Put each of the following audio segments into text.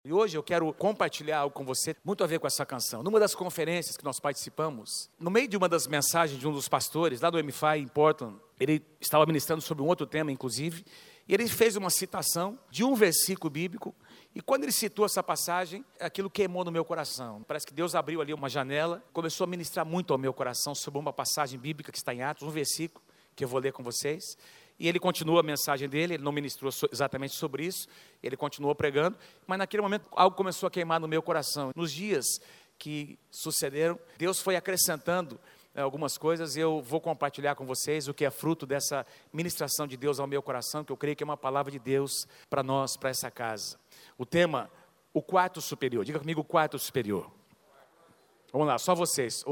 E hoje eu quero compartilhar algo com você, muito a ver com essa canção. Numa das conferências que nós participamos, no meio de uma das mensagens de um dos pastores, lá do MFI em Portland, ele estava ministrando sobre um outro tema, inclusive, e ele fez uma citação de um versículo bíblico, e quando ele citou essa passagem, aquilo queimou no meu coração. Parece que Deus abriu ali uma janela, começou a ministrar muito ao meu coração sobre uma passagem bíblica que está em Atos, um versículo que eu vou ler com vocês. E ele continuou a mensagem dele, ele não ministrou exatamente sobre isso, ele continuou pregando, mas naquele momento algo começou a queimar no meu coração. Nos dias que sucederam, Deus foi acrescentando algumas coisas, e eu vou compartilhar com vocês o que é fruto dessa ministração de Deus ao meu coração, que eu creio que é uma palavra de Deus para nós, para essa casa. O tema, o quarto superior. Diga comigo, o quarto superior. Vamos lá, só vocês.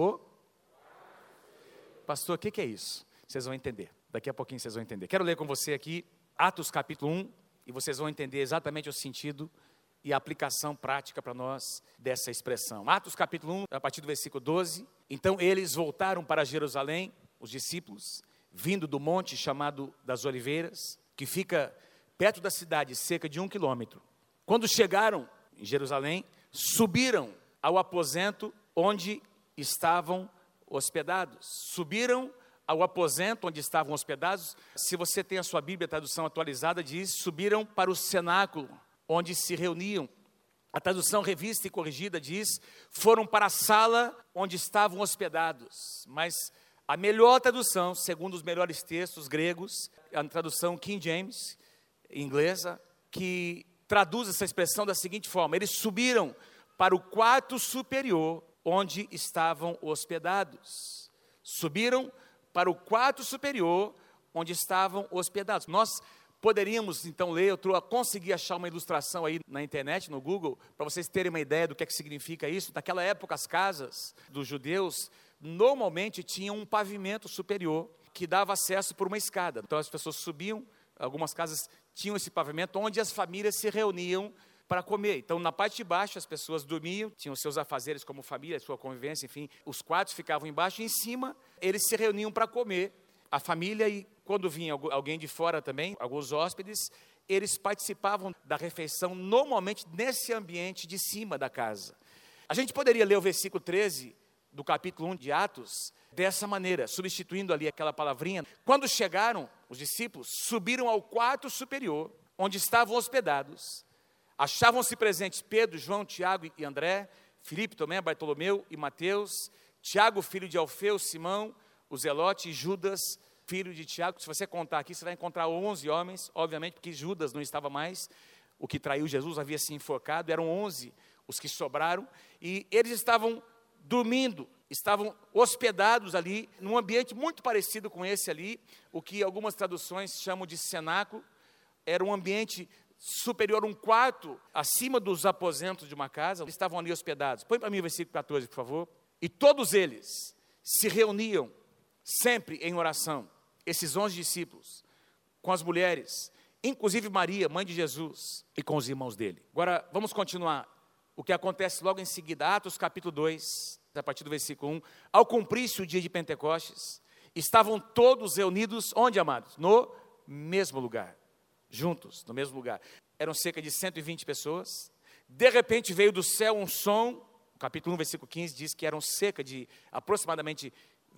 Pastor, o que é isso? Vocês vão entender. Daqui a pouquinho vocês vão entender. Quero ler com você aqui Atos capítulo 1, e vocês vão entender exatamente o sentido e a aplicação prática para nós dessa expressão. Atos capítulo 1, a partir do versículo 12. Então eles voltaram para Jerusalém, os discípulos, vindo do monte chamado das Oliveiras, que fica perto da cidade, cerca de 1 quilômetro. Quando chegaram em Jerusalém, subiram ao aposento onde estavam hospedados. Subiram ao aposento onde estavam hospedados. Se você tem a sua Bíblia, a tradução atualizada diz, subiram para o cenáculo, onde se reuniam. A tradução revista e corrigida diz, foram para a sala onde estavam hospedados. Mas a melhor tradução, segundo os melhores textos gregos, é a tradução King James, inglesa, que traduz essa expressão da seguinte forma, eles subiram para o quarto superior, onde estavam hospedados. Subiram para o quarto superior, onde estavam hospedados. Nós poderíamos, então, ler, eu consegui achar uma ilustração aí na internet, no Google, para vocês terem uma ideia do que significa isso. Naquela época, as casas dos judeus, normalmente, tinham um pavimento superior, que dava acesso por uma escada. Então, as pessoas subiam, algumas casas tinham esse pavimento, onde as famílias se reuniam para comer. Então, na parte de baixo, as pessoas dormiam, tinham seus afazeres como família, sua convivência, enfim, os quartos ficavam embaixo, e em cima, eles se reuniam para comer, a família, e quando vinha alguém de fora também, alguns hóspedes, eles participavam da refeição, normalmente nesse ambiente de cima da casa. A gente poderia ler o versículo 13 do capítulo 1 de Atos, dessa maneira, substituindo ali aquela palavrinha. Quando chegaram, os discípulos subiram ao quarto superior, onde estavam hospedados. Achavam-se presentes Pedro, João, Tiago e André, Filipe, Tomé, Bartolomeu e Mateus, Tiago, filho de Alfeu, Simão, o Zelote e Judas, filho de Tiago. Se você contar aqui, você vai encontrar 11 homens, obviamente, porque Judas não estava mais, o que traiu Jesus havia se enforcado, eram 11 os que sobraram, e eles estavam dormindo, estavam hospedados ali, num ambiente muito parecido com esse ali, o que algumas traduções chamam de cenáculo, era um ambiente superior, um quarto acima dos aposentos de uma casa, eles estavam ali hospedados. Põe para mim o versículo 14, por favor. E todos eles se reuniam sempre em oração, esses 11 discípulos, com as mulheres, inclusive Maria, mãe de Jesus, e com os irmãos dele. Agora, vamos continuar. O que acontece logo em seguida, Atos capítulo 2, a partir do versículo 1. Ao cumprir-se o dia de Pentecostes, estavam todos reunidos, onde, amados? No mesmo lugar. Juntos, no mesmo lugar. Eram cerca de 120 pessoas. De repente veio do céu um som, capítulo 1, versículo 15, diz que eram cerca de aproximadamente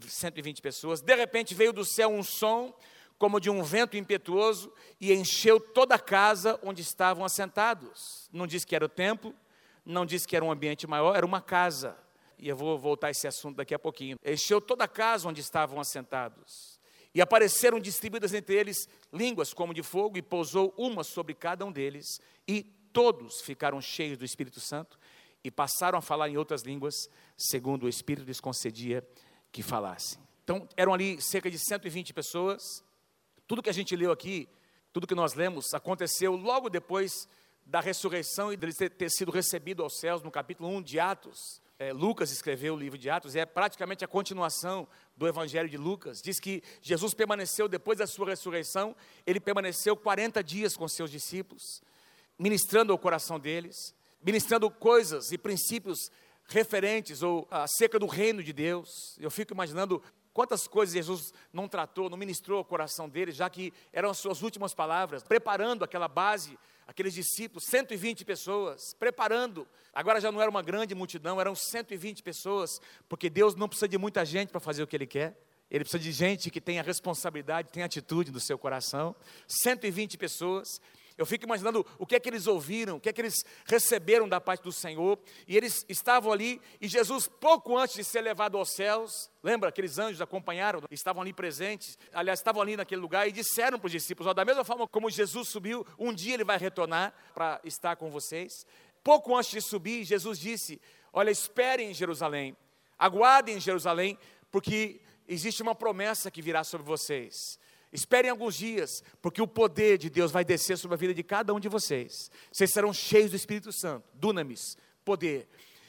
120 pessoas. De repente veio do céu um som, como de um vento impetuoso, e encheu toda a casa onde estavam assentados. Não diz que era o templo, não diz que era um ambiente maior, era uma casa. E eu vou voltar a esse assunto daqui a pouquinho. Encheu toda a casa onde estavam assentados. E apareceram distribuídas entre eles línguas como de fogo, e pousou uma sobre cada um deles, e todos ficaram cheios do Espírito Santo, e passaram a falar em outras línguas, segundo o Espírito lhes concedia que falassem. Então, eram ali cerca de 120 pessoas. Tudo que a gente leu aqui, tudo que nós lemos, aconteceu logo depois da ressurreição e de ter sido recebido aos céus, no capítulo 1 de Atos. Lucas escreveu o livro de Atos, é praticamente a continuação do Evangelho de Lucas. Diz que Jesus permaneceu, depois da sua ressurreição, ele permaneceu 40 dias com seus discípulos, ministrando ao coração deles, ministrando coisas e princípios referentes ou acerca do reino de Deus. Eu fico imaginando Quantas coisas Jesus não tratou, não ministrou o coração deles, já que eram as suas últimas palavras, preparando aquela base, aqueles discípulos, 120 pessoas, preparando. Agora já não era uma grande multidão, eram 120 pessoas, porque Deus não precisa de muita gente para fazer o que Ele quer. Ele precisa de gente que tenha responsabilidade, tenha atitude no seu coração. 120 pessoas. Eu fico imaginando o que é que eles ouviram, o que é que eles receberam da parte do Senhor. E eles estavam ali, e Jesus, pouco antes de ser levado aos céus, lembra, aqueles anjos acompanharam, estavam ali presentes, aliás, estavam ali naquele lugar e disseram para os discípulos, da mesma forma como Jesus subiu, um dia Ele vai retornar para estar com vocês. Pouco antes de subir, Jesus disse, olha, esperem em Jerusalém, aguardem em Jerusalém, porque existe uma promessa que virá sobre vocês. Esperem alguns dias, porque o poder de Deus vai descer sobre a vida de cada um de vocês. Vocês serão cheios do Espírito Santo, dunamis, poder.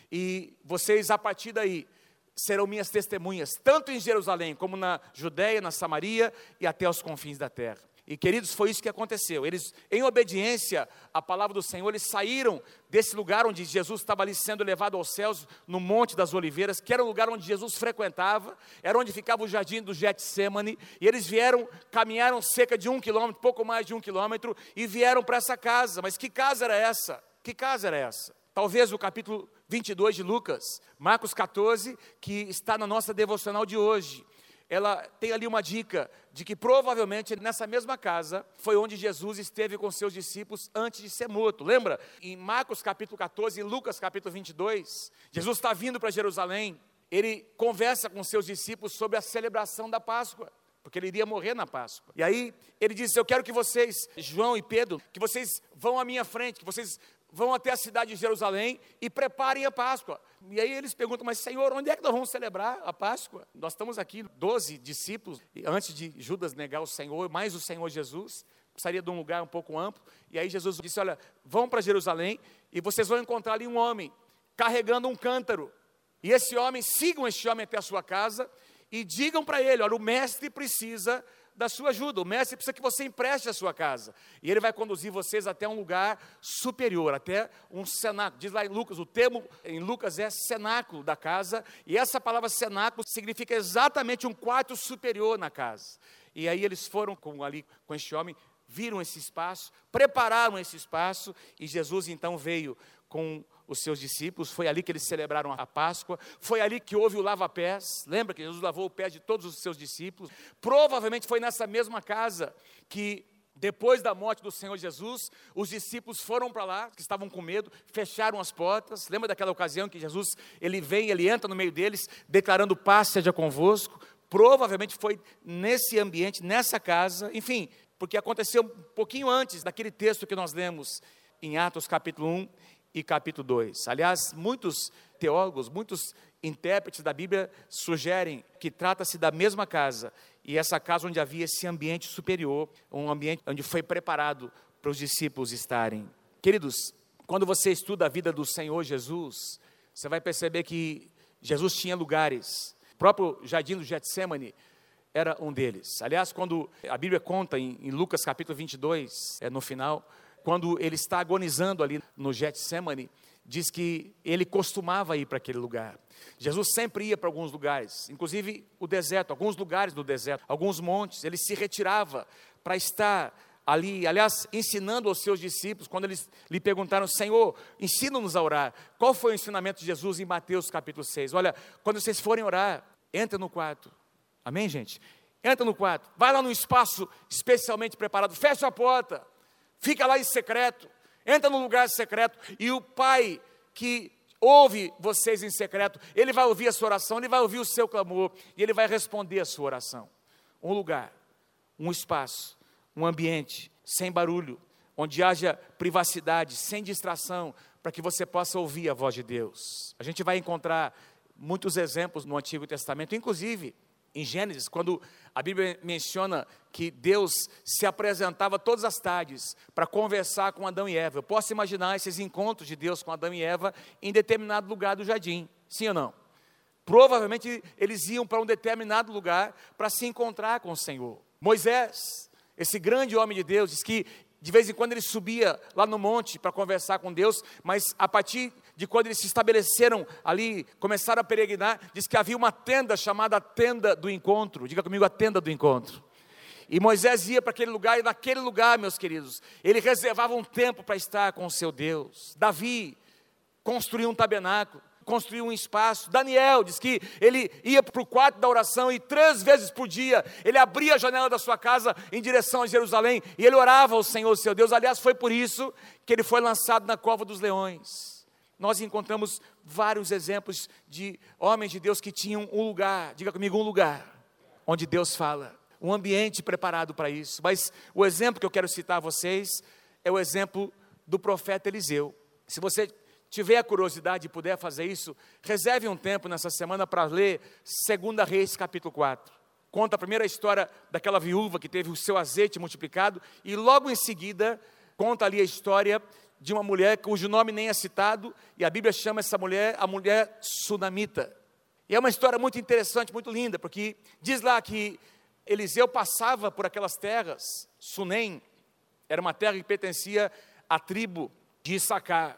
E vocês, a partir daí, serão minhas testemunhas, tanto em Jerusalém, como na Judeia, na Samaria e até os confins da terra. E queridos, foi isso que aconteceu. Eles, em obediência à palavra do Senhor, eles saíram desse lugar onde Jesus estava ali sendo levado aos céus, no Monte das Oliveiras, que era o lugar onde Jesus frequentava, era onde ficava o jardim do Getsemane, e eles vieram, caminharam cerca de 1 quilômetro, pouco mais de 1 quilômetro, e vieram para essa casa. Mas que casa era essa? Que casa era essa? Talvez o capítulo 22 de Lucas, Marcos 14, que está na nossa devocional de hoje. Ela tem ali uma dica de que provavelmente nessa mesma casa foi onde Jesus esteve com seus discípulos antes de ser morto. Lembra? Em Marcos capítulo 14 e Lucas capítulo 22, Jesus está vindo para Jerusalém, ele conversa com seus discípulos sobre a celebração da Páscoa, porque ele iria morrer na Páscoa. E aí ele disse, eu quero que vocês, João e Pedro, que vocês vão à minha frente, que vocês vão até a cidade de Jerusalém e preparem a Páscoa. E aí eles perguntam, mas Senhor, onde é que nós vamos celebrar a Páscoa? Nós estamos aqui, 12 discípulos, antes de Judas negar o Senhor, mais o Senhor Jesus, precisaria de um lugar um pouco amplo. E aí Jesus disse, olha, vão para Jerusalém e vocês vão encontrar ali um homem carregando um cântaro. E esse homem, sigam esse homem até a sua casa e digam para ele, olha, o mestre precisa da sua ajuda, o mestre precisa que você empreste a sua casa, e ele vai conduzir vocês até um lugar superior, até um cenáculo, diz lá em Lucas, o termo em Lucas é cenáculo da casa, e essa palavra cenáculo significa exatamente um quarto superior na casa, e aí eles foram com este homem, viram esse espaço, prepararam esse espaço, e Jesus então veio com os seus discípulos, foi ali que eles celebraram a Páscoa, foi ali que houve o lava-pés, lembra que Jesus lavou o pé de todos os seus discípulos, provavelmente foi nessa mesma casa que depois da morte do Senhor Jesus, os discípulos foram para lá, que estavam com medo, fecharam as portas, lembra daquela ocasião que Jesus, ele entra no meio deles, declarando paz seja convosco, provavelmente foi nesse ambiente, nessa casa, enfim, porque aconteceu um pouquinho antes daquele texto que nós lemos em Atos capítulo 1, e capítulo 2. Aliás, muitos teólogos, muitos intérpretes da Bíblia sugerem que trata-se da mesma casa, e essa casa onde havia esse ambiente superior, um ambiente onde foi preparado para os discípulos estarem. Queridos, quando você estuda a vida do Senhor Jesus, você vai perceber que Jesus tinha lugares, o próprio jardim do Getsemane era um deles. Aliás, quando a Bíblia conta em Lucas capítulo 22, no final, quando ele está agonizando ali no Getsemane, diz que ele costumava ir para aquele lugar. Jesus sempre ia para alguns lugares, inclusive o deserto, alguns lugares do deserto, alguns montes, ele se retirava para estar ali, aliás, ensinando aos seus discípulos, quando eles lhe perguntaram, Senhor, ensina-nos a orar. Qual foi o ensinamento de Jesus em Mateus capítulo 6? Olha, quando vocês forem orar, entra no quarto. Amém, gente? Entra no quarto, vai lá num espaço especialmente preparado, fecha a porta. Fica lá em secreto, entra num lugar secreto, e o Pai que ouve vocês em secreto, Ele vai ouvir a sua oração, Ele vai ouvir o seu clamor, e Ele vai responder a sua oração. Um lugar, um espaço, um ambiente, sem barulho, onde haja privacidade, sem distração, para que você possa ouvir a voz de Deus. A gente vai encontrar muitos exemplos no Antigo Testamento, inclusive em Gênesis, quando a Bíblia menciona que Deus se apresentava todas as tardes para conversar com Adão e Eva. Eu posso imaginar esses encontros de Deus com Adão e Eva em determinado lugar do jardim, sim ou não? Provavelmente eles iam para um determinado lugar para se encontrar com o Senhor. Moisés, esse grande homem de Deus, diz que de vez em quando ele subia lá no monte para conversar com Deus, mas a partir de quando eles se estabeleceram ali, começaram a peregrinar, diz que havia uma tenda chamada Tenda do Encontro. Diga comigo, a Tenda do Encontro. E Moisés ia para aquele lugar, e naquele lugar, meus queridos, ele reservava um tempo para estar com o seu Deus. Davi construiu um tabernáculo, construiu um espaço. Daniel diz que ele ia para o quarto da oração e 3 vezes por dia ele abria a janela da sua casa em direção a Jerusalém e ele orava ao Senhor, seu Deus. Aliás, foi por isso que ele foi lançado na cova dos leões. Nós encontramos vários exemplos de homens de Deus que tinham um lugar, diga comigo, um lugar onde Deus fala, um ambiente preparado para isso. Mas o exemplo que eu quero citar a vocês é o exemplo do profeta Eliseu. Se você tiver a curiosidade e puder fazer isso, reserve um tempo nessa semana para ler 2 Reis capítulo 4. Conta a primeira história daquela viúva que teve o seu azeite multiplicado, e logo em seguida conta ali a história de uma mulher cujo nome nem é citado, e a Bíblia chama essa mulher a mulher sunamita. E é uma história muito interessante, muito linda, porque diz lá que Eliseu passava por aquelas terras. Sunem era uma terra que pertencia à tribo de Issacar.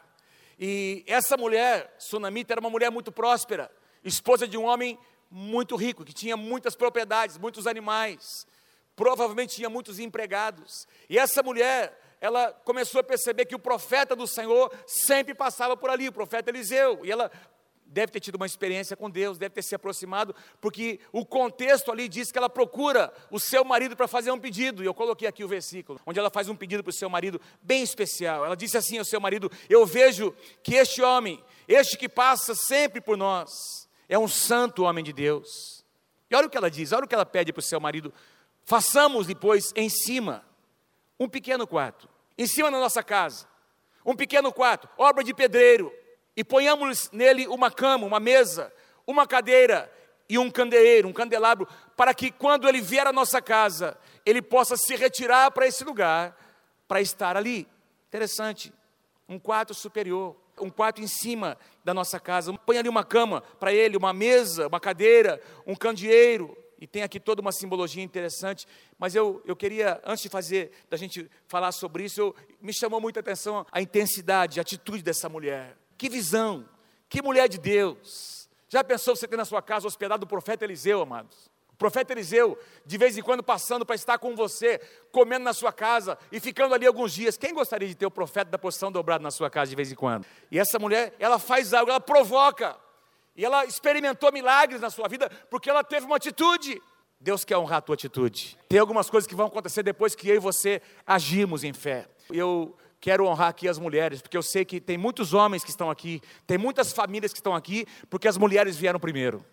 E essa mulher, sunamita, era uma mulher muito próspera, esposa de um homem muito rico, que tinha muitas propriedades, muitos animais, provavelmente tinha muitos empregados. E essa mulher, ela começou a perceber que o profeta do Senhor sempre passava por ali, o profeta Eliseu, e ela deve ter tido uma experiência com Deus, deve ter se aproximado, porque o contexto ali diz que ela procura o seu marido para fazer um pedido, e eu coloquei aqui o versículo, onde ela faz um pedido para o seu marido, bem especial. Ela disse assim ao seu marido: eu vejo que este homem, este que passa sempre por nós, é um santo homem de Deus. E olha o que ela diz, olha o que ela pede para o seu marido: façamos depois em cima, um pequeno quarto, em cima da nossa casa, um pequeno quarto, obra de pedreiro, e ponhamos nele uma cama, uma mesa, uma cadeira e um candeeiro, um candelabro, para que quando ele vier à nossa casa, ele possa se retirar para esse lugar, para estar ali. Interessante, um quarto superior, um quarto em cima da nossa casa. Põe ali uma cama para ele, uma mesa, uma cadeira, um candeeiro, e tem aqui toda uma simbologia interessante. Mas eu queria, antes da gente falar sobre isso, me chamou muita atenção a intensidade, a atitude dessa mulher. Que visão, que mulher de Deus. Já pensou você ter na sua casa hospedado o profeta Eliseu, amados? O profeta Eliseu, de vez em quando passando para estar com você, comendo na sua casa e ficando ali alguns dias. Quem gostaria de ter o profeta da porção dobrado na sua casa de vez em quando? E essa mulher, ela faz algo, ela provoca. E ela experimentou milagres na sua vida, porque ela teve uma atitude. Deus quer honrar a tua atitude. Tem algumas coisas que vão acontecer depois que eu e você agimos em fé. Eu quero honrar aqui as mulheres, porque eu sei que tem muitos homens que estão aqui, tem muitas famílias que estão aqui, porque as mulheres vieram primeiro.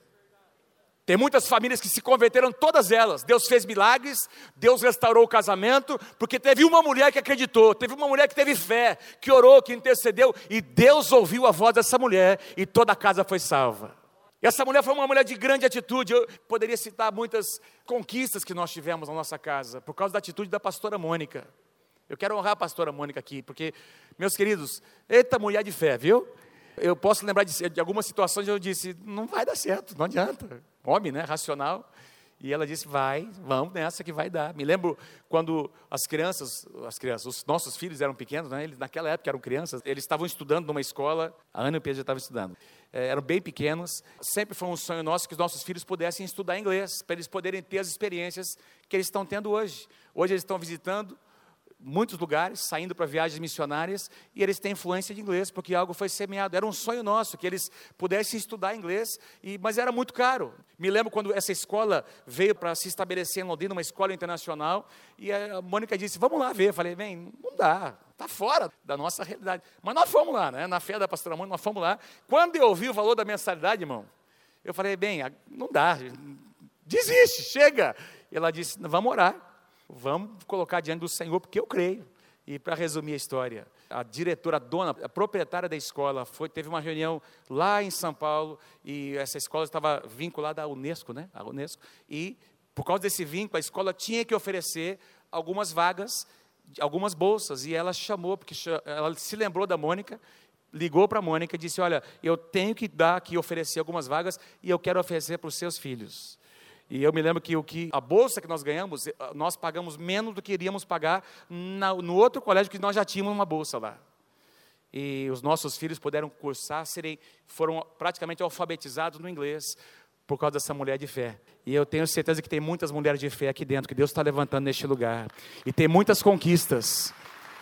Tem muitas famílias que se converteram, todas elas. Deus fez milagres, Deus restaurou o casamento, porque teve uma mulher que acreditou, teve uma mulher que teve fé, que orou, que intercedeu, e Deus ouviu a voz dessa mulher, e toda a casa foi salva. E essa mulher foi uma mulher de grande atitude. Eu poderia citar muitas conquistas que nós tivemos na nossa casa, por causa da atitude da pastora Mônica. Eu quero honrar a pastora Mônica aqui, porque, meus queridos, eita mulher de fé, viu? Eu posso lembrar de algumas situações onde eu disse, não vai dar certo, não adianta. Homem, né, racional. E ela disse, vamos nessa que vai dar. Me lembro quando as crianças, os nossos filhos eram pequenos, né, eles naquela época eram crianças, eles estavam estudando numa escola, a Ana e o Pedro já estavam estudando. Eram bem pequenos, sempre foi um sonho nosso que os nossos filhos pudessem estudar inglês, para eles poderem ter as experiências que eles estão tendo hoje. Hoje eles estão visitando muitos lugares, saindo para viagens missionárias, e eles têm influência de inglês, porque algo foi semeado. Era um sonho nosso, que eles pudessem estudar inglês, mas era muito caro. Me lembro quando essa escola veio para se estabelecer em Londrina, uma escola internacional, e a Mônica disse, vamos lá ver. Eu falei, bem, não dá, está fora da nossa realidade. Mas nós fomos lá, né? Na fé da pastora Mônica, nós fomos lá. Quando eu ouvi o valor da mensalidade, irmão, eu falei, bem, não dá, desiste, chega. E ela disse, vamos orar. Vamos colocar diante do Senhor, porque eu creio. E para resumir a história, a diretora, a dona, a proprietária da escola, teve uma reunião lá em São Paulo, e essa escola estava vinculada à Unesco, né? A Unesco, e por causa desse vínculo, a escola tinha que oferecer algumas vagas, algumas bolsas, e ela chamou, porque ela se lembrou da Mônica, ligou para a Mônica e disse, olha, eu tenho que dar aqui, oferecer algumas vagas, e eu quero oferecer para os seus filhos. E eu me lembro que a bolsa que nós ganhamos, nós pagamos menos do que iríamos pagar no outro colégio, que nós já tínhamos uma bolsa lá. e os nossos filhos puderam cursar, foram praticamente alfabetizados no inglês, por causa dessa mulher de fé. E eu tenho certeza que tem muitas mulheres de fé aqui dentro, que Deus está levantando neste lugar. E tem muitas conquistas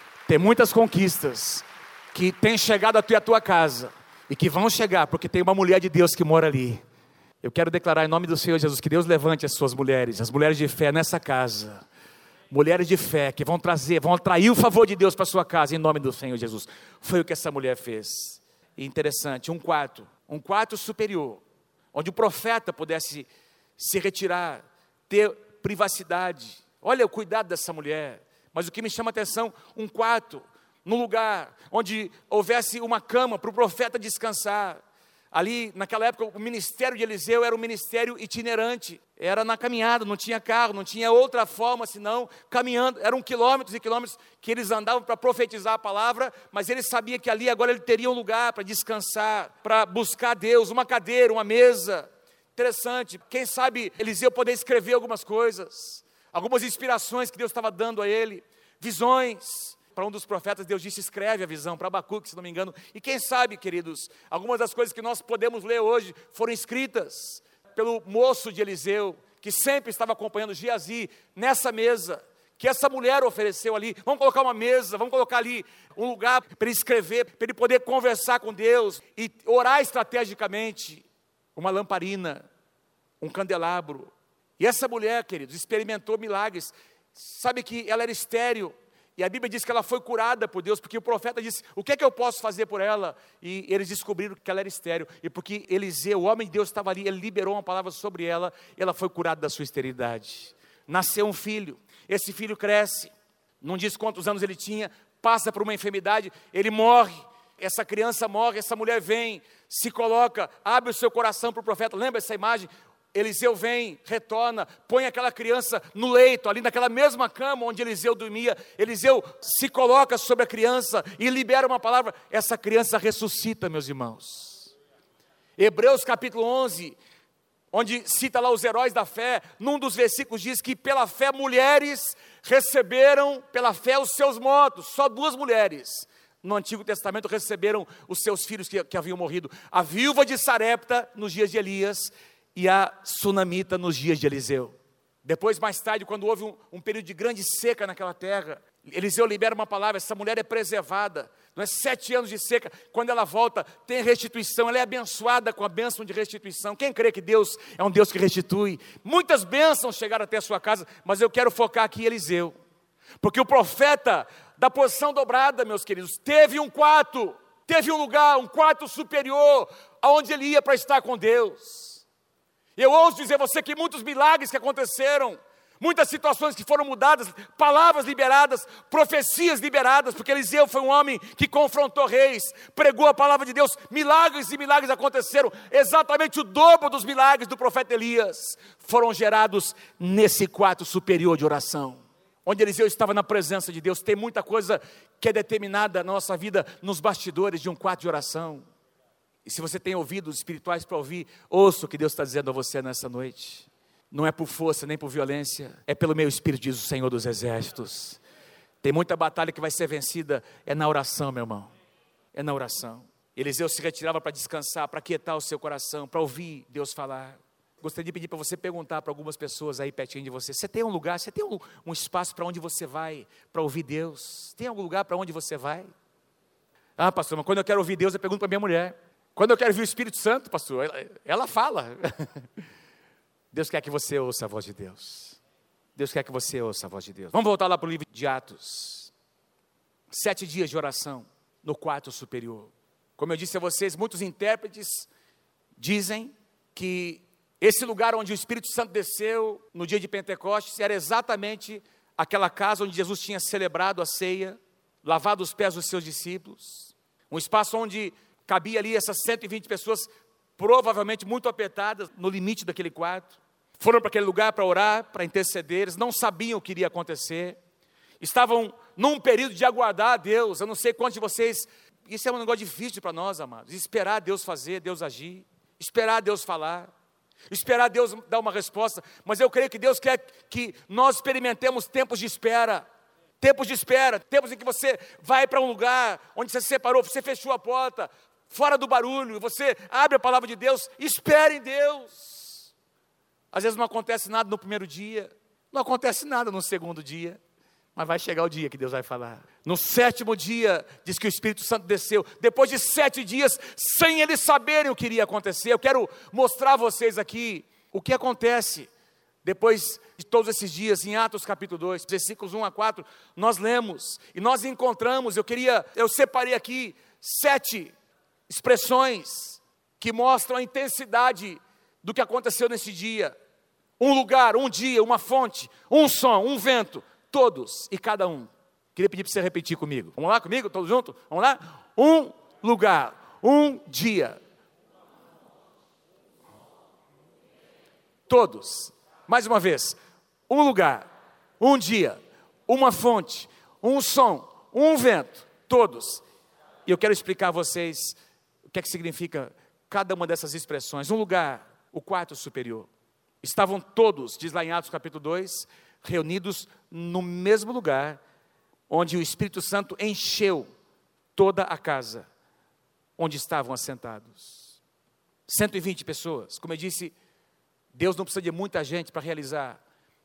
que têm chegado até a tua casa, e que vão chegar, porque tem uma mulher de Deus que mora ali. Eu quero declarar em nome do Senhor Jesus, que Deus levante as suas mulheres, as mulheres de fé nessa casa. Mulheres de fé que vão atrair o favor de Deus para a sua casa, em nome do Senhor Jesus. Foi o que essa mulher fez. E interessante, um quarto superior, onde o profeta pudesse se retirar, ter privacidade. Olha o cuidado dessa mulher. Mas o que me chama a atenção, um quarto, num lugar onde houvesse uma cama para o profeta descansar. Ali, naquela época, o ministério de Eliseu era um ministério itinerante, era na caminhada, não tinha carro, não tinha outra forma senão caminhando. Eram quilômetros e quilômetros que eles andavam para profetizar a palavra, mas ele sabia que ali agora ele teria um lugar para descansar, para buscar Deus, uma cadeira, uma mesa. Interessante, quem sabe Eliseu poder escrever algumas coisas, algumas inspirações que Deus estava dando a ele, visões. Para um dos profetas, Deus disse, escreve a visão, para Abacuque, se não me engano. E quem sabe, queridos, algumas das coisas que nós podemos ler hoje foram escritas pelo moço de Eliseu, que sempre estava acompanhando Geazi, nessa mesa, que essa mulher ofereceu ali. Vamos colocar uma mesa, vamos colocar ali um lugar para ele escrever, para ele poder conversar com Deus e orar estrategicamente. Uma lamparina, um candelabro. E essa mulher, queridos, experimentou milagres. Sabe que ela era estéril. E a Bíblia diz que ela foi curada por Deus, porque o profeta disse, o que é que eu posso fazer por ela? E eles descobriram que ela era estéril, e porque Eliseu, o homem de Deus, estava ali, ele liberou uma palavra sobre ela, e ela foi curada da sua esterilidade. Nasceu um filho, esse filho cresce, não diz quantos anos ele tinha, passa por uma enfermidade, ele morre, essa criança morre, essa mulher vem, se coloca, abre o seu coração para o profeta, lembra essa imagem? Eliseu vem, retorna, põe aquela criança no leito, ali naquela mesma cama onde Eliseu dormia. Eliseu se coloca sobre a criança e libera uma palavra. Essa criança ressuscita, meus irmãos. Hebreus capítulo 11, onde cita lá os heróis da fé, num dos versículos diz que pela fé mulheres receberam, pela fé os seus mortos. Só 2 mulheres no Antigo Testamento receberam os seus filhos que haviam morrido. A viúva de Sarepta nos dias de Elias, e a sunamita nos dias de Eliseu. Depois, mais tarde, quando houve um período de grande seca naquela terra, Eliseu libera uma palavra, essa mulher é preservada, não é 7 anos de seca, quando ela volta, tem restituição, ela é abençoada com a bênção de restituição. Quem crê que Deus é um Deus que restitui? Muitas bênçãos chegaram até a sua casa, mas eu quero focar aqui em Eliseu, porque o profeta da posição dobrada, meus queridos, teve um quarto, teve um lugar, um quarto superior, aonde ele ia para estar com Deus. Eu ouso dizer a você que muitos milagres que aconteceram, muitas situações que foram mudadas, palavras liberadas, profecias liberadas, porque Eliseu foi um homem que confrontou reis, pregou a palavra de Deus, milagres e milagres aconteceram, exatamente o dobro dos milagres do profeta Elias, foram gerados nesse quarto superior de oração, onde Eliseu estava na presença de Deus. Tem muita coisa que é determinada na nossa vida, nos bastidores de um quarto de oração. E se você tem ouvidos espirituais para ouvir, ouça o que Deus está dizendo a você nessa noite. Não é por força nem por violência, é pelo meu Espírito, diz o Senhor dos Exércitos. Tem muita batalha que vai ser vencida, é na oração, meu irmão, é na oração. Eliseu se retirava para descansar, para aquietar o seu coração, para ouvir Deus falar. Gostaria de pedir para você perguntar para algumas pessoas aí pertinho de você, você tem um lugar, você tem um espaço para onde você vai, para ouvir Deus? Tem algum lugar para onde você vai? Ah, pastor, mas quando eu quero ouvir Deus, eu pergunto para minha mulher. Quando eu quero ver o Espírito Santo, pastor, ela fala. Deus quer que você ouça a voz de Deus. Deus quer que você ouça a voz de Deus. Vamos voltar lá para o livro de Atos. 7 dias de oração no quarto superior. Como eu disse a vocês, muitos intérpretes dizem que esse lugar onde o Espírito Santo desceu no dia de Pentecostes era exatamente aquela casa onde Jesus tinha celebrado a ceia, lavado os pés dos seus discípulos. Um espaço onde cabia ali essas 120 pessoas, provavelmente muito apertadas, no limite daquele quarto. Foram para aquele lugar para orar, para interceder, eles não sabiam o que iria acontecer. Estavam num período de aguardar a Deus. Eu não sei quantos de vocês, isso é um negócio difícil para nós, amados. Esperar Deus fazer, Deus agir, esperar Deus falar, esperar Deus dar uma resposta. Mas eu creio que Deus quer que nós experimentemos tempos de espera. Tempos de espera, tempos em que você vai para um lugar onde você se separou, você fechou a porta, fora do barulho, você abre a palavra de Deus, espere em Deus. Às vezes não acontece nada no primeiro dia, não acontece nada no segundo dia, mas vai chegar o dia que Deus vai falar. No 7º dia, diz que o Espírito Santo desceu, depois de 7 dias, sem eles saberem o que iria acontecer. Eu quero mostrar a vocês aqui o que acontece depois de todos esses dias. Em Atos capítulo 2, versículos 1 a 4, nós lemos e nós encontramos, eu separei aqui 7 expressões que mostram a intensidade do que aconteceu nesse dia. Um lugar, um dia, uma fonte, um som, um vento, todos e cada um. Queria pedir para você repetir comigo. Vamos lá comigo, todos juntos? Vamos lá? Um lugar, um dia. Todos. Mais uma vez. Um lugar, um dia, uma fonte, um som, um vento, todos. E eu quero explicar a vocês o que é que significa cada uma dessas expressões. Um lugar, o quarto superior. Estavam todos, diz lá em Atos capítulo 2, reunidos no mesmo lugar, onde o Espírito Santo encheu toda a casa, onde estavam assentados. 120 pessoas. Como eu disse, Deus não precisa de muita gente para realizar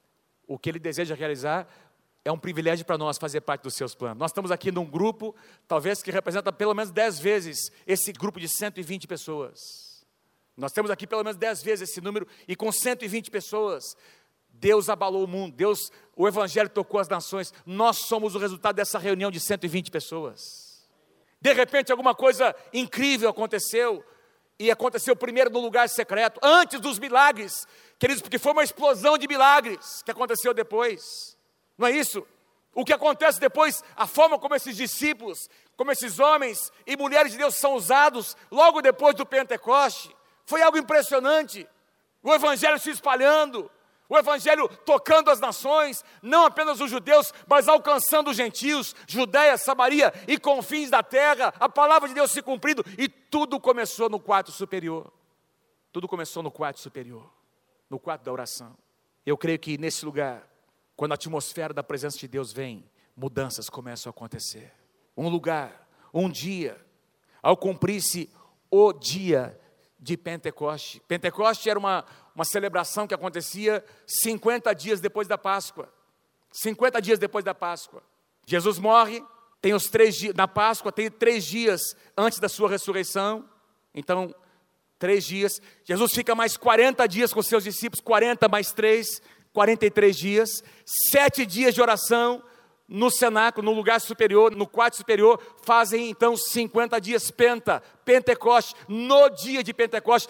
o que Ele deseja realizar. É um privilégio para nós fazer parte dos seus planos. Nós estamos aqui num grupo, talvez que representa pelo menos 10 vezes esse grupo de 120 pessoas. Nós temos aqui pelo menos 10 vezes esse número, e com 120 pessoas, Deus abalou o mundo, o Evangelho tocou as nações. Nós somos o resultado dessa reunião de 120 pessoas. De repente alguma coisa incrível aconteceu, e aconteceu primeiro no lugar secreto, antes dos milagres, queridos, porque foi uma explosão de milagres que aconteceu depois. Não é isso? O que acontece depois, a forma como esses discípulos, como esses homens e mulheres de Deus são usados, logo depois do Pentecoste, foi algo impressionante. O Evangelho se espalhando, o Evangelho tocando as nações, não apenas os judeus, mas alcançando os gentios, Judéia, Samaria e confins da terra, a palavra de Deus se cumprindo, e tudo começou no quarto superior. Tudo começou no quarto superior, no quarto da oração. Eu creio que nesse lugar, quando a atmosfera da presença de Deus vem, mudanças começam a acontecer. Um lugar, um dia, ao cumprir-se o dia de Pentecoste. Pentecoste era uma celebração que acontecia 50 dias depois da Páscoa. 50 dias depois da Páscoa. Jesus morre, tem os 3 dias, na Páscoa tem 3 dias antes da sua ressurreição. Então, 3 dias. Jesus fica mais 40 dias com seus discípulos, 40 mais 3, 43 dias. 7 dias de oração no cenáculo, no lugar superior, no quarto superior. Fazem então 50 dias Pentecoste, no dia de Pentecoste.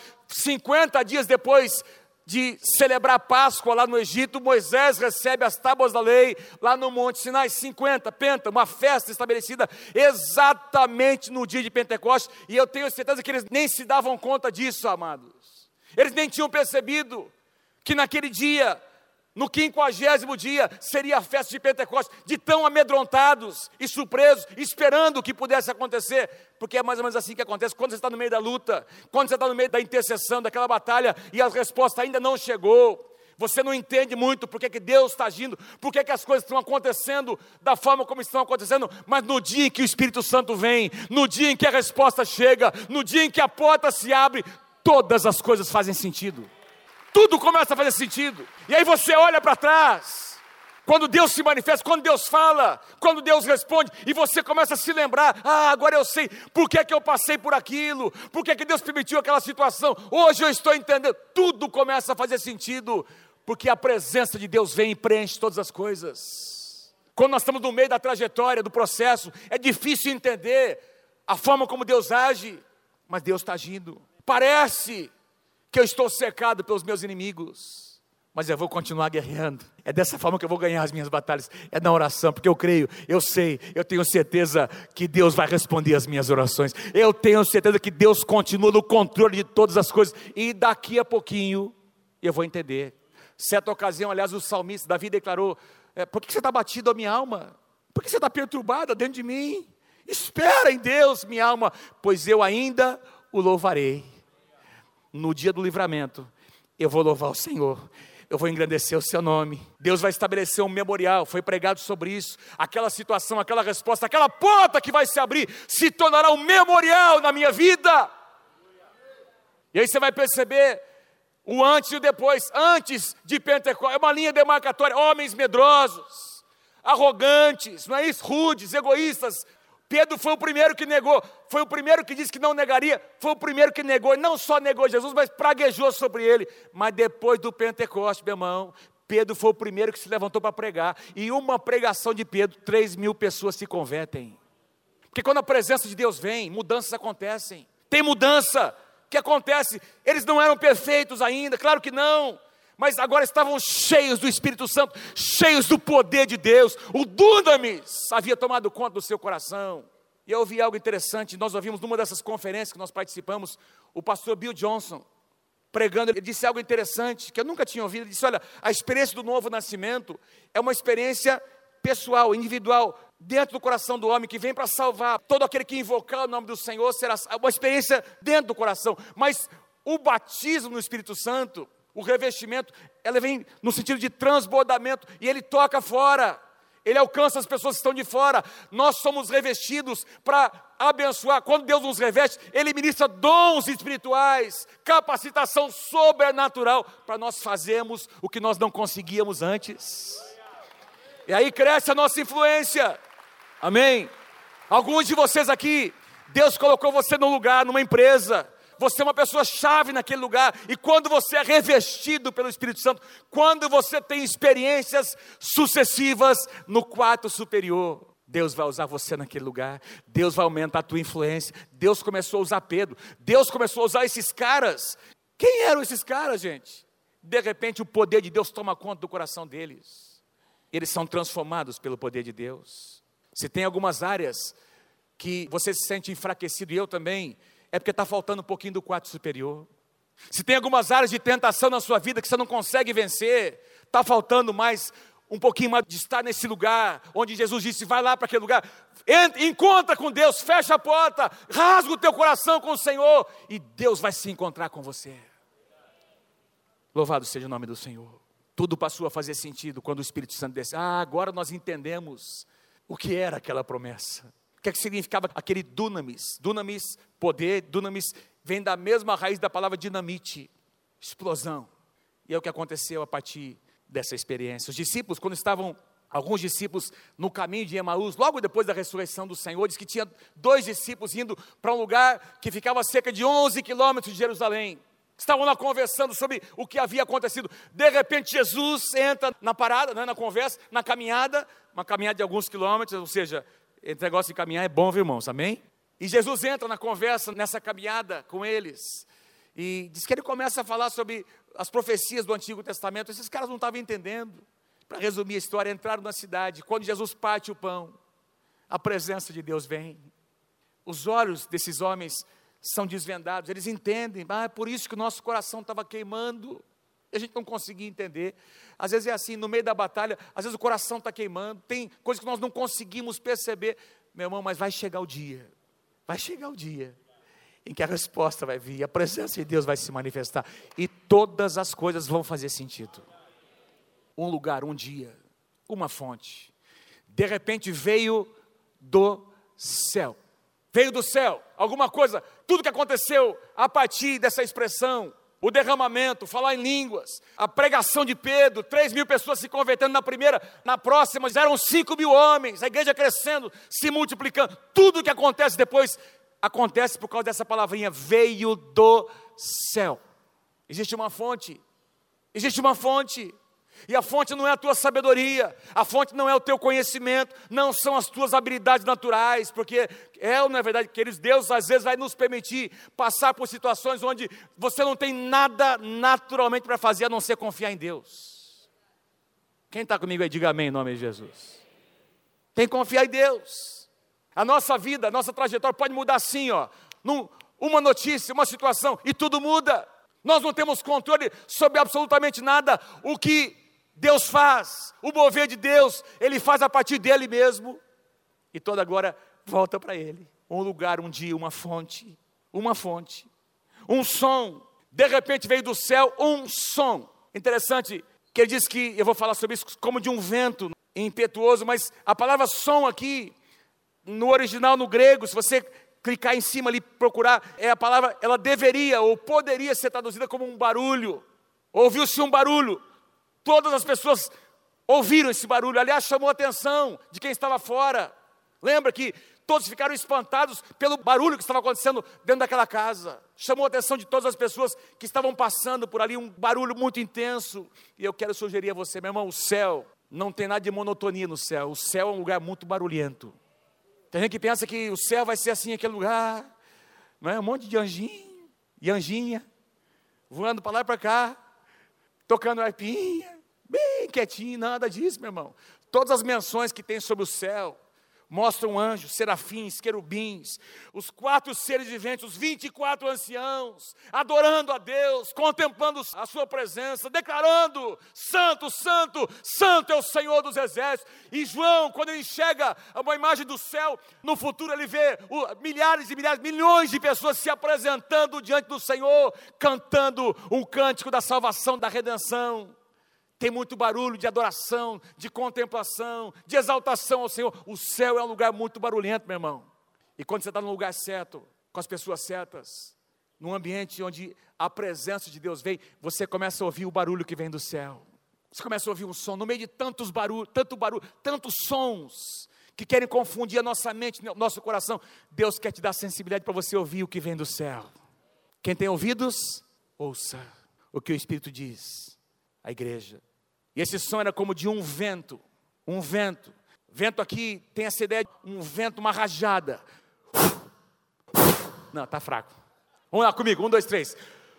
50 dias depois de celebrar a Páscoa lá no Egito, Moisés recebe as tábuas da lei lá no Monte Sinai. 50, uma festa estabelecida exatamente no dia de Pentecoste. E eu tenho certeza que eles nem se davam conta disso, amados. Eles nem tinham percebido que naquele dia, no 50º dia, seria a festa de Pentecostes, de tão amedrontados e surpresos, esperando que pudesse acontecer, porque é mais ou menos assim que acontece, quando você está no meio da luta, quando você está no meio da intercessão, daquela batalha, e a resposta ainda não chegou, você não entende muito porque que Deus está agindo, porque que as coisas estão acontecendo da forma como estão acontecendo, mas no dia em que o Espírito Santo vem, no dia em que a resposta chega, no dia em que a porta se abre, todas as coisas fazem sentido. Tudo começa a fazer sentido. E aí você olha para trás, quando Deus se manifesta, quando Deus fala, quando Deus responde, e você começa a se lembrar, agora eu sei por que eu passei por aquilo, por que Deus permitiu aquela situação, hoje eu estou entendendo, tudo começa a fazer sentido, porque a presença de Deus vem e preenche todas as coisas. Quando nós estamos no meio da trajetória, do processo, é difícil entender a forma como Deus age, mas Deus está agindo. Parece que eu estou cercado pelos meus inimigos, mas eu vou continuar guerreando. É dessa forma que eu vou ganhar as minhas batalhas, é na oração, porque eu creio, eu sei, eu tenho certeza que Deus vai responder as minhas orações, eu tenho certeza que Deus continua no controle de todas as coisas, e daqui a pouquinho eu vou entender. Certa ocasião, aliás, o salmista Davi declarou, por que você está batido a minha alma? Por que você está perturbada dentro de mim? Espera em Deus, minha alma, pois eu ainda o louvarei. No dia do livramento, eu vou louvar o Senhor. eu vou engrandecer o seu nome. Deus vai estabelecer um memorial, foi pregado sobre isso. Aquela situação, aquela resposta, aquela porta que vai se abrir, se tornará um memorial na minha vida. E aí você vai perceber o antes e o depois. Antes de Pentecostes, é uma linha demarcatória. Homens medrosos, arrogantes, não é isso? Rudes, egoístas. Pedro foi o primeiro que negou, foi o primeiro que disse que não negaria, foi o primeiro que negou, e não só negou Jesus, mas praguejou sobre ele. Mas depois do Pentecostes, meu irmão, Pedro foi o primeiro que se levantou para pregar, e uma pregação de Pedro, 3.000 pessoas se convertem. Porque quando a presença de Deus vem, mudanças acontecem. Tem mudança que acontece. Eles não eram perfeitos ainda, claro que não, mas agora estavam cheios do Espírito Santo, cheios do poder de Deus. O dunamis havia tomado conta do seu coração. E eu ouvi algo interessante. Nós ouvimos numa dessas conferências que nós participamos, o pastor Bill Johnson pregando. Ele disse algo interessante que eu nunca tinha ouvido. Ele disse: olha, a experiência do novo nascimento é uma experiência pessoal, individual, dentro do coração do homem, que vem para salvar. Todo aquele que invocar o nome do Senhor será uma experiência dentro do coração. Mas o batismo no Espírito Santo, o revestimento, ela vem no sentido de transbordamento, e ele toca fora, ele alcança as pessoas que estão de fora. Nós somos revestidos para abençoar. Quando Deus nos reveste, Ele ministra dons espirituais, capacitação sobrenatural, para nós fazermos o que nós não conseguíamos antes. E aí cresce a nossa influência, amém? Alguns de vocês aqui, Deus colocou você num lugar, numa empresa, você é uma pessoa chave naquele lugar, e quando você é revestido pelo Espírito Santo, quando você tem experiências sucessivas no quarto superior, Deus vai usar você naquele lugar, Deus vai aumentar a tua influência. Deus começou a usar Pedro, Deus começou a usar esses caras. Quem eram esses caras, gente? De repente o poder de Deus toma conta do coração deles, eles são transformados pelo poder de Deus. Se tem algumas áreas que você se sente enfraquecido, e eu também, é porque está faltando um pouquinho do quarto superior. Se tem algumas áreas de tentação na sua vida que você não consegue vencer, está faltando mais, um pouquinho mais de estar nesse lugar, onde Jesus disse: vai lá para aquele lugar, encontra com Deus, fecha a porta, rasga o teu coração com o Senhor, e Deus vai se encontrar com você. Louvado seja o nome do Senhor. Tudo passou a fazer sentido quando o Espírito Santo desce. Agora nós entendemos o que era aquela promessa. O que é que significava aquele dunamis? Dunamis, poder, dunamis, vem da mesma raiz da palavra dinamite, explosão. E é o que aconteceu a partir dessa experiência. Os discípulos, quando estavam, alguns discípulos no caminho de Emaús, logo depois da ressurreição do Senhor, diz que tinha 2 discípulos indo para um lugar que ficava a cerca de 11 quilômetros de Jerusalém. Estavam lá conversando sobre o que havia acontecido. De repente Jesus entra na parada, na conversa, na caminhada, uma caminhada de alguns quilômetros, ou seja, esse negócio de caminhar é bom, viu, irmãos, amém? E Jesus entra na conversa, nessa caminhada com eles, e diz que ele começa a falar sobre as profecias do Antigo Testamento. Esses caras não estavam entendendo. Para resumir a história, entraram na cidade, quando Jesus parte o pão, a presença de Deus vem, os olhos desses homens são desvendados, eles entendem. É por isso que o nosso coração estava queimando, e a gente não conseguia entender. Às vezes é assim, no meio da batalha, às vezes o coração está queimando, tem coisas que nós não conseguimos perceber, meu irmão, mas vai chegar o dia em que a resposta vai vir, a presença de Deus vai se manifestar, e todas as coisas vão fazer sentido. Um lugar, um dia, uma fonte, de repente veio do céu, alguma coisa, tudo que aconteceu a partir dessa expressão, o derramamento, falar em línguas, a pregação de Pedro, 3.000 pessoas se convertendo na primeira, na próxima eram 5.000 homens, a igreja crescendo, se multiplicando, tudo que acontece depois, acontece por causa dessa palavrinha, veio do céu. Existe uma fonte, e a fonte não é a tua sabedoria, a fonte não é o teu conhecimento, não são as tuas habilidades naturais, porque não é verdade, queridos, Deus às vezes vai nos permitir passar por situações onde você não tem nada naturalmente para fazer, a não ser confiar em Deus. Quem está comigo aí, diga amém em nome de Jesus. Tem que confiar em Deus. A nossa vida, a nossa trajetória pode mudar assim, uma notícia, uma situação, e tudo muda. Nós não temos controle sobre absolutamente nada. O que Deus faz, o mover de Deus, Ele faz a partir dEle mesmo, e toda a glória volta para Ele. Um lugar, um dia, uma fonte, um som, de repente veio do céu um som. Interessante, que ele diz que, eu vou falar sobre isso, como de um vento impetuoso, mas a palavra som aqui, no original, no grego, se você clicar em cima ali, procurar, a palavra, ela deveria ou poderia ser traduzida como um barulho. Ouviu-se um barulho, todas as pessoas ouviram esse barulho, aliás, chamou a atenção de quem estava fora. Lembra que todos ficaram espantados pelo barulho que estava acontecendo dentro daquela casa. Chamou a atenção de todas as pessoas que estavam passando por ali, um barulho muito intenso. E eu quero sugerir a você, meu irmão, o céu, não tem nada de monotonia no céu. O céu é um lugar muito barulhento. Tem gente que pensa que o céu vai ser assim, aquele lugar, não é? Um monte de anjinho e anjinha, voando para lá e para cá, tocando arpinha, bem quietinho, nada disso, meu irmão. Todas as menções que tem sobre o céu, mostram anjos, serafins, querubins, os 4 seres viventes, os 24 anciãos, adorando a Deus, contemplando a sua presença, declarando, santo, santo, santo é o Senhor dos exércitos. E João, quando ele enxerga uma imagem do céu, no futuro ele vê milhares e milhares, milhões de pessoas se apresentando diante do Senhor, cantando um cântico da salvação, da redenção. Tem muito barulho de adoração, de contemplação, de exaltação ao Senhor. O céu é um lugar muito barulhento, meu irmão. E quando você está no lugar certo, com as pessoas certas, num ambiente onde a presença de Deus vem, você começa a ouvir o barulho que vem do céu. Você começa a ouvir um som, no meio de tantos barulhos, tantos sons, que querem confundir a nossa mente, nosso coração. Deus quer te dar sensibilidade para você ouvir o que vem do céu. Quem tem ouvidos, ouça o que o Espírito diz. A igreja. E esse som era como de um vento. Um vento. Vento aqui tem essa ideia de um vento, uma rajada. Não, está fraco. Vamos lá comigo, 1, 2, 3.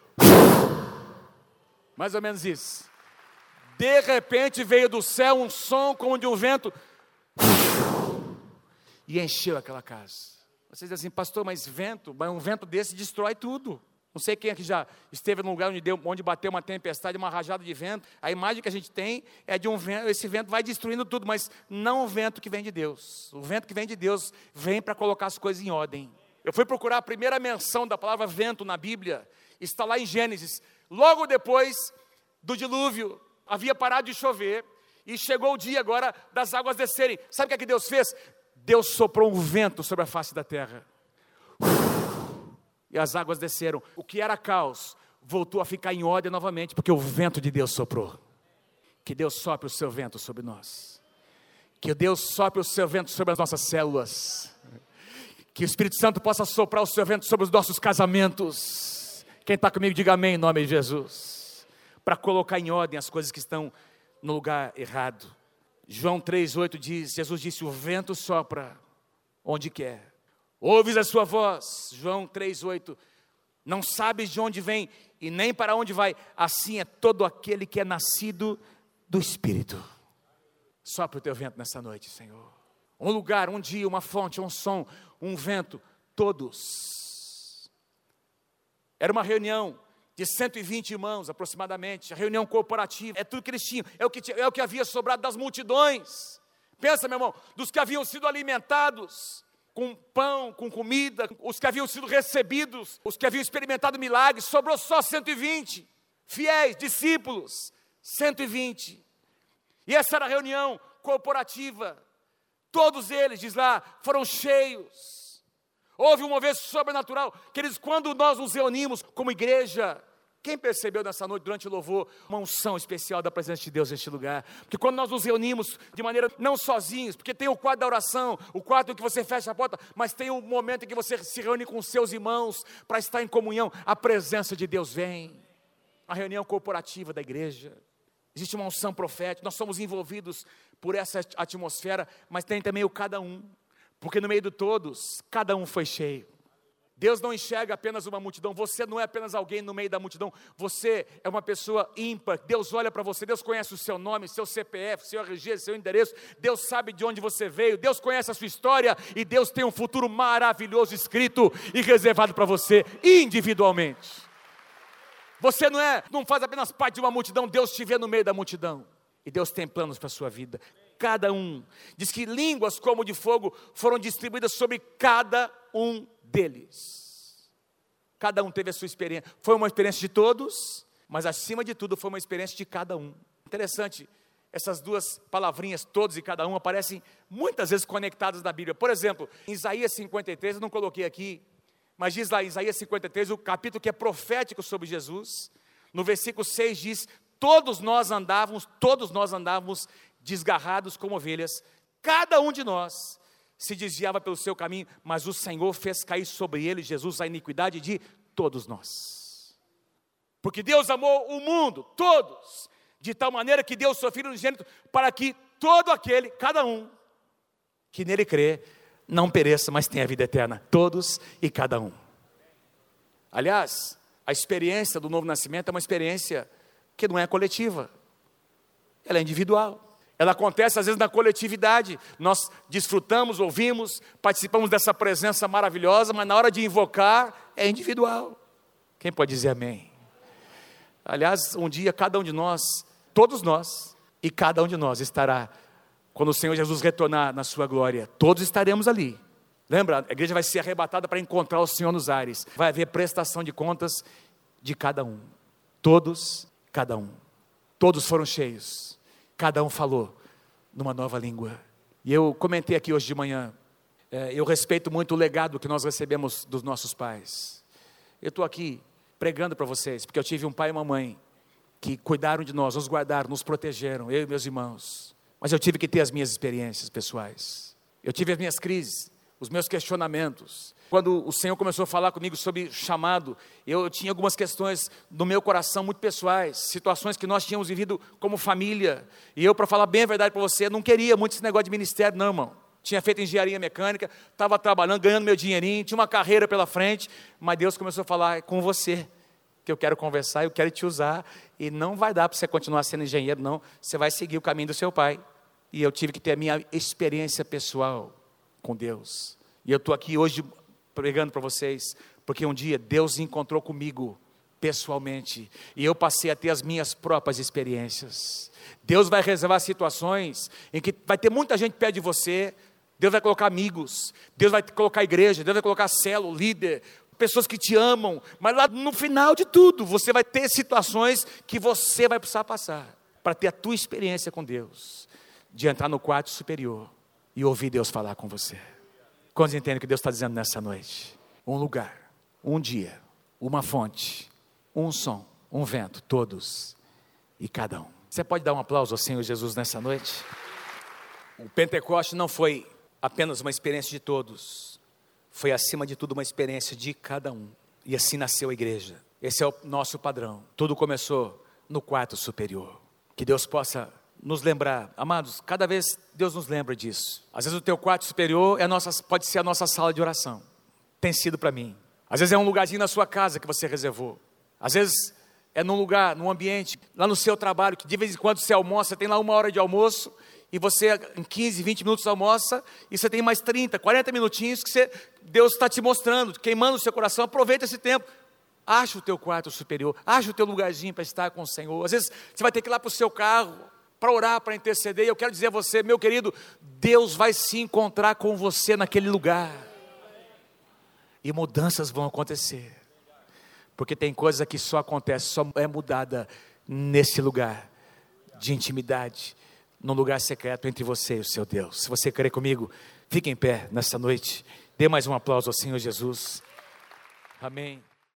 Mais ou menos isso. De repente veio do céu um som como de um vento. E encheu aquela casa. Vocês dizem assim, pastor, mas um vento desse destrói tudo. Não sei quem aqui já esteve num lugar onde bateu uma tempestade, uma rajada de vento. A imagem que a gente tem é de um vento, esse vento vai destruindo tudo, mas não o vento que vem de Deus. O vento que vem de Deus vem para colocar as coisas em ordem. Eu fui procurar a primeira menção da palavra vento na Bíblia, está lá em Gênesis. Logo depois do dilúvio, havia parado de chover, e chegou o dia agora das águas descerem. Sabe o que Deus fez? Deus soprou um vento sobre a face da terra. E as águas desceram. O que era caos voltou a ficar em ordem novamente, porque o vento de Deus soprou. Que Deus sopre o seu vento sobre nós. Que Deus sopre o seu vento sobre as nossas células. Que o Espírito Santo possa soprar o seu vento sobre os nossos casamentos. Quem está comigo, diga amém em nome de Jesus. Para colocar em ordem as coisas que estão no lugar errado. João 3,8 diz, Jesus disse, o vento sopra onde quer. Ouves a sua voz, João 3,8, não sabes de onde vem e nem para onde vai, assim é todo aquele que é nascido do Espírito. Sopra o teu vento nessa noite, Senhor. Um lugar, um dia, uma fonte, um som, um vento, todos. Era uma reunião de 120 irmãos aproximadamente, a reunião corporativa, é tudo que eles tinham, é o que havia sobrado das multidões. Pensa, meu irmão, dos que haviam sido alimentados com pão, com comida, os que haviam sido recebidos, os que haviam experimentado milagres, sobrou só 120, fiéis, discípulos, 120, e essa era a reunião corporativa, todos eles, diz lá, foram cheios, houve um mover sobrenatural, queridos, quando nós nos reunimos como igreja, quem percebeu nessa noite, durante o louvor, uma unção especial da presença de Deus neste lugar? Porque quando nós nos reunimos de maneira não sozinhos, porque tem o quarto da oração, o quarto em que você fecha a porta, mas tem um momento em que você se reúne com os seus irmãos para estar em comunhão, a presença de Deus vem. A reunião corporativa da igreja, existe uma unção profética, nós somos envolvidos por essa atmosfera, mas tem também o cada um, porque no meio de todos, cada um foi cheio. Deus não enxerga apenas uma multidão, você não é apenas alguém no meio da multidão, você é uma pessoa ímpar, Deus olha para você, Deus conhece o seu nome, seu CPF, seu RG, seu endereço, Deus sabe de onde você veio, Deus conhece a sua história e Deus tem um futuro maravilhoso escrito e reservado para você individualmente. Você não faz apenas parte de uma multidão, Deus te vê no meio da multidão e Deus tem planos para a sua vida, cada um. Diz que línguas como de fogo foram distribuídas sobre cada um deles. Cada um teve a sua experiência. Foi uma experiência de todos, mas acima de tudo foi uma experiência de cada um. Interessante, essas duas palavrinhas, todos e cada um, aparecem muitas vezes conectadas na Bíblia. Por exemplo, em Isaías 53, eu não coloquei aqui, mas diz lá em Isaías 53, o capítulo que é profético sobre Jesus, no versículo 6 diz: todos nós andávamos desgarrados como ovelhas, cada um de nós se desviava pelo seu caminho, mas o Senhor fez cair sobre ele, Jesus, a iniquidade de todos nós. Porque Deus amou o mundo, todos, de tal maneira que deu o seu Filho unigênito, para que todo aquele, cada um, que nele crê, não pereça, mas tenha vida eterna. Todos e cada um. Aliás, a experiência do novo nascimento é uma experiência que não é coletiva, ela é individual. Ela acontece às vezes na coletividade, nós desfrutamos, ouvimos, participamos dessa presença maravilhosa, mas na hora de invocar, é individual. Quem pode dizer amém? Aliás, um dia cada um de nós, todos nós, e cada um de nós estará, quando o Senhor Jesus retornar na sua glória, todos estaremos ali. Lembra, a igreja vai ser arrebatada para encontrar o Senhor nos ares, vai haver prestação de contas de cada um, todos, cada um, todos foram cheios, cada um falou numa nova língua. E eu comentei aqui hoje de manhã, eu respeito muito o legado que nós recebemos dos nossos pais. Eu estou aqui pregando para vocês, porque eu tive um pai e uma mãe que cuidaram de nós, nos guardaram, nos protegeram, eu e meus irmãos. Mas eu tive que ter as minhas experiências pessoais, eu tive as minhas crises, os meus questionamentos. Quando o Senhor começou a falar comigo sobre chamado, eu tinha algumas questões no meu coração muito pessoais, situações que nós tínhamos vivido como família, e eu, para falar bem a verdade para você, não queria muito esse negócio de ministério não, irmão. Tinha feito engenharia mecânica, estava trabalhando, ganhando meu dinheirinho, tinha uma carreira pela frente, mas Deus começou a falar: é com você que eu quero conversar, eu quero te usar, e não vai dar para você continuar sendo engenheiro não, você vai seguir o caminho do seu pai. E eu tive que ter a minha experiência pessoal com Deus, e eu estou aqui hoje pregando para vocês, porque um dia Deus encontrou comigo pessoalmente, e eu passei a ter as minhas próprias experiências. Deus vai reservar situações em que vai ter muita gente perto de você, Deus vai colocar amigos, Deus vai colocar igreja, Deus vai colocar célula, líder, pessoas que te amam, mas lá no final de tudo, você vai ter situações que você vai precisar passar, para ter a tua experiência com Deus, de entrar no quarto superior, e ouvir Deus falar com você. Quantos entendem o que Deus está dizendo nessa noite? Um lugar, um dia, uma fonte, um som, um vento, todos e cada um. Você pode dar um aplauso ao Senhor Jesus nessa noite? O Pentecoste não foi apenas uma experiência de todos, foi acima de tudo uma experiência de cada um. E assim nasceu a igreja. Esse é o nosso padrão. Tudo começou no quarto superior. Que Deus possa nos lembrar, amados, cada vez Deus nos lembra disso. Às vezes o teu quarto superior pode ser a nossa sala de oração. Tem sido para mim. Às vezes é um lugarzinho na sua casa que você reservou. Às vezes é num lugar, num ambiente, lá no seu trabalho, que de vez em quando você almoça, tem lá 1 hora de almoço, e você em 15, 20 minutos almoça, e você tem mais 30, 40 minutinhos que Deus está te mostrando, queimando o seu coração. Aproveita esse tempo. Acha o teu quarto superior, acha o teu lugarzinho para estar com o Senhor. Às vezes você vai ter que ir lá para o seu carro, para orar, para interceder, e eu quero dizer a você, meu querido, Deus vai se encontrar com você naquele lugar, e mudanças vão acontecer, porque tem coisa que só acontece, só é mudada nesse lugar de intimidade, num lugar secreto entre você e o seu Deus. Se você crê comigo, fique em pé nessa noite, dê mais um aplauso ao Senhor Jesus. Amém.